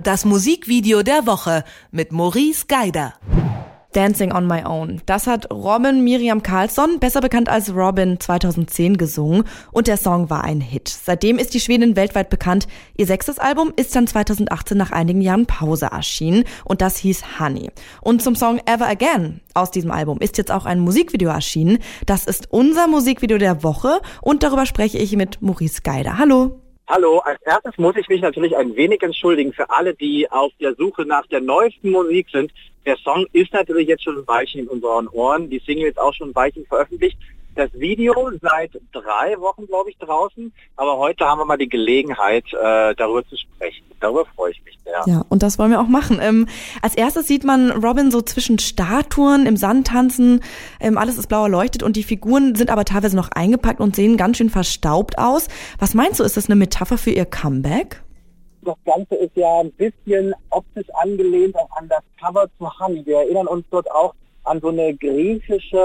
Das Musikvideo der Woche mit Maurice Geider. Dancing on My Own. Das hat Robin Miriam Karlsson, besser bekannt als Robin, 2010 gesungen und der Song war ein Hit. Seitdem ist die Schwedin weltweit bekannt. Ihr 6. Album ist dann 2018 nach einigen Jahren Pause erschienen und das hieß Honey. Und zum Song Ever Again aus diesem Album ist jetzt auch ein Musikvideo erschienen. Das ist unser Musikvideo der Woche und darüber spreche ich mit Maurice Geider. Hallo. Hallo, als erstes muss ich mich natürlich ein wenig entschuldigen für alle, die auf der Suche nach der neuesten Musik sind. Der Song ist natürlich jetzt schon ein Weilchen in unseren Ohren, die Single ist auch schon ein Weilchen veröffentlicht. Das Video seit 3 Wochen, glaube ich, draußen, aber heute haben wir mal die Gelegenheit, darüber zu sprechen. Darüber freue ich mich sehr. Ja, und das wollen wir auch machen. Als erstes sieht man Robin so zwischen Statuen im Sand tanzen, alles ist blau erleuchtet und die Figuren sind aber teilweise noch eingepackt und sehen ganz schön verstaubt aus. Was meinst du, ist das eine Metapher für ihr Comeback? Das Ganze ist ja ein bisschen optisch angelehnt auch an das Cover zu Honey. Wir erinnern uns dort auch an so eine griechische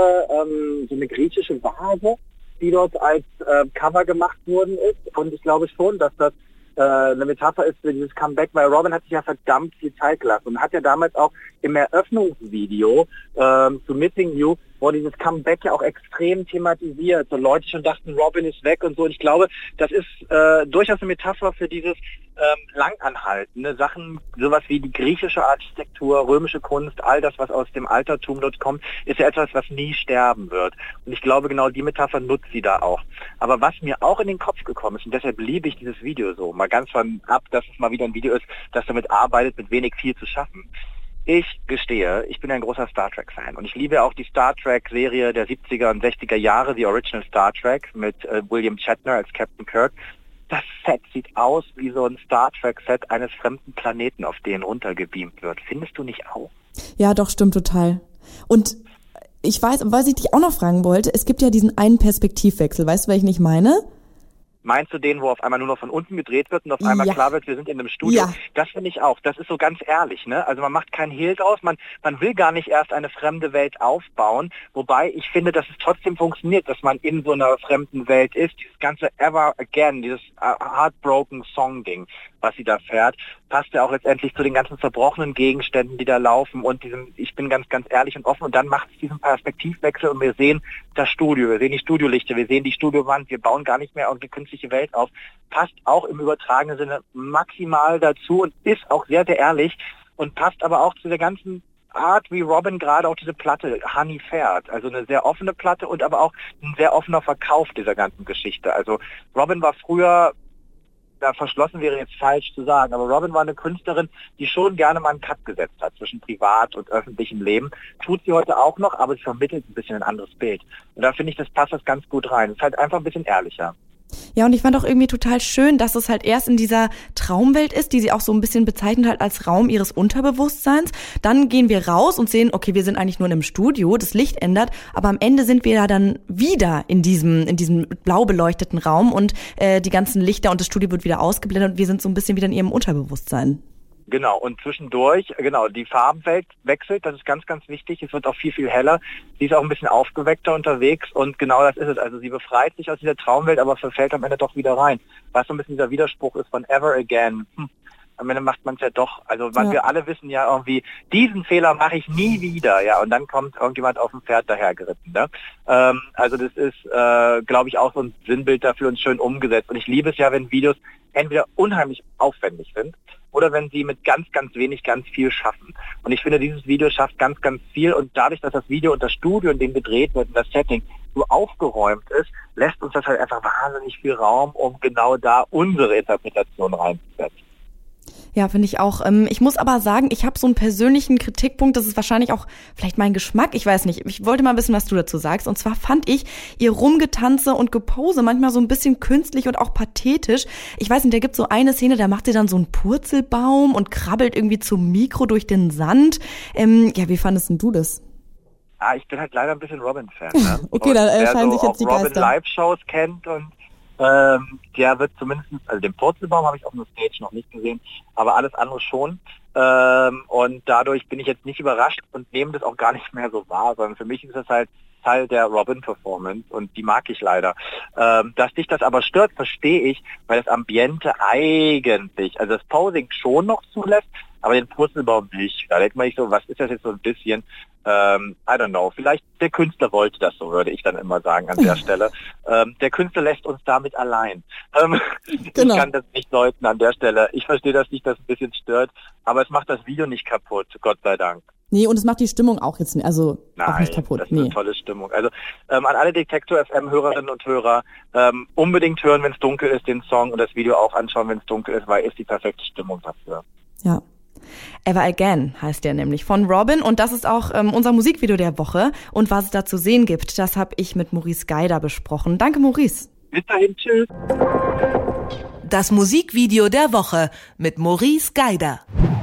Vase, die dort als Cover gemacht worden ist. Und ich glaube schon, dass das eine Metapher ist für dieses Comeback, weil Robin hat sich ja verdammt viel Zeit gelassen und hat ja damals auch im Eröffnungsvideo zu Missing You, wo dieses Comeback ja auch extrem thematisiert. So Leute schon dachten, Robin ist weg und so. Und ich glaube, das ist durchaus eine Metapher für dieses langanhaltende Sachen, sowas wie die griechische Architektur, römische Kunst, all das, was aus dem Altertum dort kommt, ist ja etwas, was nie sterben wird. Und ich glaube, genau die Metapher nutzt sie da auch. Aber was mir auch in den Kopf gekommen ist, und deshalb liebe ich dieses Video so, mal ganz von ab, dass es mal wieder ein Video ist, das damit arbeitet, mit wenig viel zu schaffen. Ich gestehe, ich bin ein großer Star Trek-Fan und ich liebe auch die Star Trek-Serie der 70er und 60er Jahre, die Original Star Trek mit William Shatner als Captain Kirk. Das Set sieht aus wie so ein Star Trek-Set eines fremden Planeten, auf den runtergebeamt wird. Findest du nicht auch? Ja, doch, stimmt total. Und ich weiß, was ich dich auch noch fragen wollte, es gibt ja diesen einen Perspektivwechsel, weißt du, was ich nicht meine? Meinst du den, wo auf einmal nur noch von unten gedreht wird und auf einmal klar wird, wir sind in einem Studio? Ja. Das finde ich auch. Das ist so ganz ehrlich, ne? Also man macht keinen Hehl draus, man will gar nicht erst eine fremde Welt aufbauen, wobei ich finde, dass es trotzdem funktioniert, dass man in so einer fremden Welt ist. Dieses ganze Ever Again, dieses Heartbroken Song-Ding, was sie da fährt, passt ja auch letztendlich zu den ganzen zerbrochenen Gegenständen, die da laufen und diesem, ich bin ganz, ganz ehrlich und offen und dann macht es diesen Perspektivwechsel und wir sehen das Studio, wir sehen die Studiolichter, wir sehen die Studiowand, wir bauen gar nicht mehr die künstliche Welt auf, passt auch im übertragenen Sinne maximal dazu und ist auch sehr, sehr ehrlich und passt aber auch zu der ganzen Art, wie Robin gerade auch diese Platte Honey fährt. Also eine sehr offene Platte und aber auch ein sehr offener Verkauf dieser ganzen Geschichte. Also Robin war früher, verschlossen wäre jetzt falsch zu sagen, aber Robin war eine Künstlerin, die schon gerne mal einen Cut gesetzt hat zwischen privat und öffentlichem Leben. Tut sie heute auch noch, aber sie vermittelt ein bisschen ein anderes Bild. Und da finde ich, das passt das ganz gut rein. Es ist halt einfach ein bisschen ehrlicher. Ja, und ich fand auch irgendwie total schön, dass es halt erst in dieser Traumwelt ist, die sie auch so ein bisschen bezeichnet halt als Raum ihres Unterbewusstseins. Dann gehen wir raus und sehen, okay, wir sind eigentlich nur in einem Studio, das Licht ändert, aber am Ende sind wir ja dann wieder in diesem blau beleuchteten Raum und die ganzen Lichter und das Studio wird wieder ausgeblendet und wir sind so ein bisschen wieder in ihrem Unterbewusstsein. Genau, und zwischendurch, die Farbenwelt wechselt, das ist ganz, ganz wichtig. Es wird auch viel, viel heller. Sie ist auch ein bisschen aufgeweckter unterwegs und genau das ist es. Also sie befreit sich aus dieser Traumwelt, aber verfällt am Ende doch wieder rein. Was so ein bisschen dieser Widerspruch ist von Ever Again. Am Ende macht man es ja doch. Also wir alle wissen ja irgendwie, diesen Fehler mache ich nie wieder. Ja, und dann kommt irgendjemand auf dem Pferd dahergeritten. Ne? Also das ist, glaube ich, auch so ein Sinnbild dafür und schön umgesetzt. Und ich liebe es ja, wenn Videos entweder unheimlich aufwendig sind oder wenn sie mit ganz, ganz wenig ganz viel schaffen. Und ich finde, dieses Video schafft ganz, ganz viel und dadurch, dass das Video und das Studio, in dem gedreht wird und das Setting so aufgeräumt ist, lässt uns das halt einfach wahnsinnig viel Raum, um genau da unsere Interpretation reinzusetzen. Ja, finde ich auch. Ich muss aber sagen, ich habe so einen persönlichen Kritikpunkt, das ist wahrscheinlich auch vielleicht mein Geschmack, ich weiß nicht. Ich wollte mal wissen, was du dazu sagst. Und zwar fand ich ihr Rumgetanze und Gepose manchmal so ein bisschen künstlich und auch pathetisch. Ich weiß nicht, da gibt so eine Szene, da macht sie dann so einen Purzelbaum und krabbelt irgendwie zum Mikro durch den Sand. Ja, wie fandest denn du das? Ich bin halt leider ein bisschen Robin-Fan. Ne? Okay, da scheinen sich jetzt die Geister. Wer so Robin-Live-Shows kennt und der wird zumindest, also den Purzelbaum habe ich auf der Stage noch nicht gesehen, aber alles andere schon. Und dadurch bin ich jetzt nicht überrascht und nehme das auch gar nicht mehr so wahr, sondern für mich ist das halt Teil der Robin-Performance und die mag ich leider. Dass dich das aber stört, verstehe ich, weil das Ambiente eigentlich, also das Posing schon noch zulässt, aber den Purzelbaum nicht. Da denkt man sich so, was ist das jetzt so ein bisschen, I don't know, vielleicht der Künstler wollte das so, würde ich dann immer sagen an der Stelle. Der Künstler lässt uns damit allein. Genau. Ich kann das nicht deuten an der Stelle. Ich verstehe das nicht, dass es ein bisschen stört, aber es macht das Video nicht kaputt, Gott sei Dank. Nee, und es macht die Stimmung auch jetzt also Nein, auch nicht kaputt. Das ist eine tolle Stimmung. Also an alle Detektor FM-Hörerinnen und Hörer, unbedingt hören, wenn es dunkel ist, den Song und das Video auch anschauen, wenn es dunkel ist, weil ist die perfekte Stimmung dafür. Ja. Ever Again heißt der nämlich von Robin und das ist auch unser Musikvideo der Woche. Und was es da zu sehen gibt, das habe ich mit Maurice Geider besprochen. Danke, Maurice. Bis dahin, tschüss. Das Musikvideo der Woche mit Maurice Geider.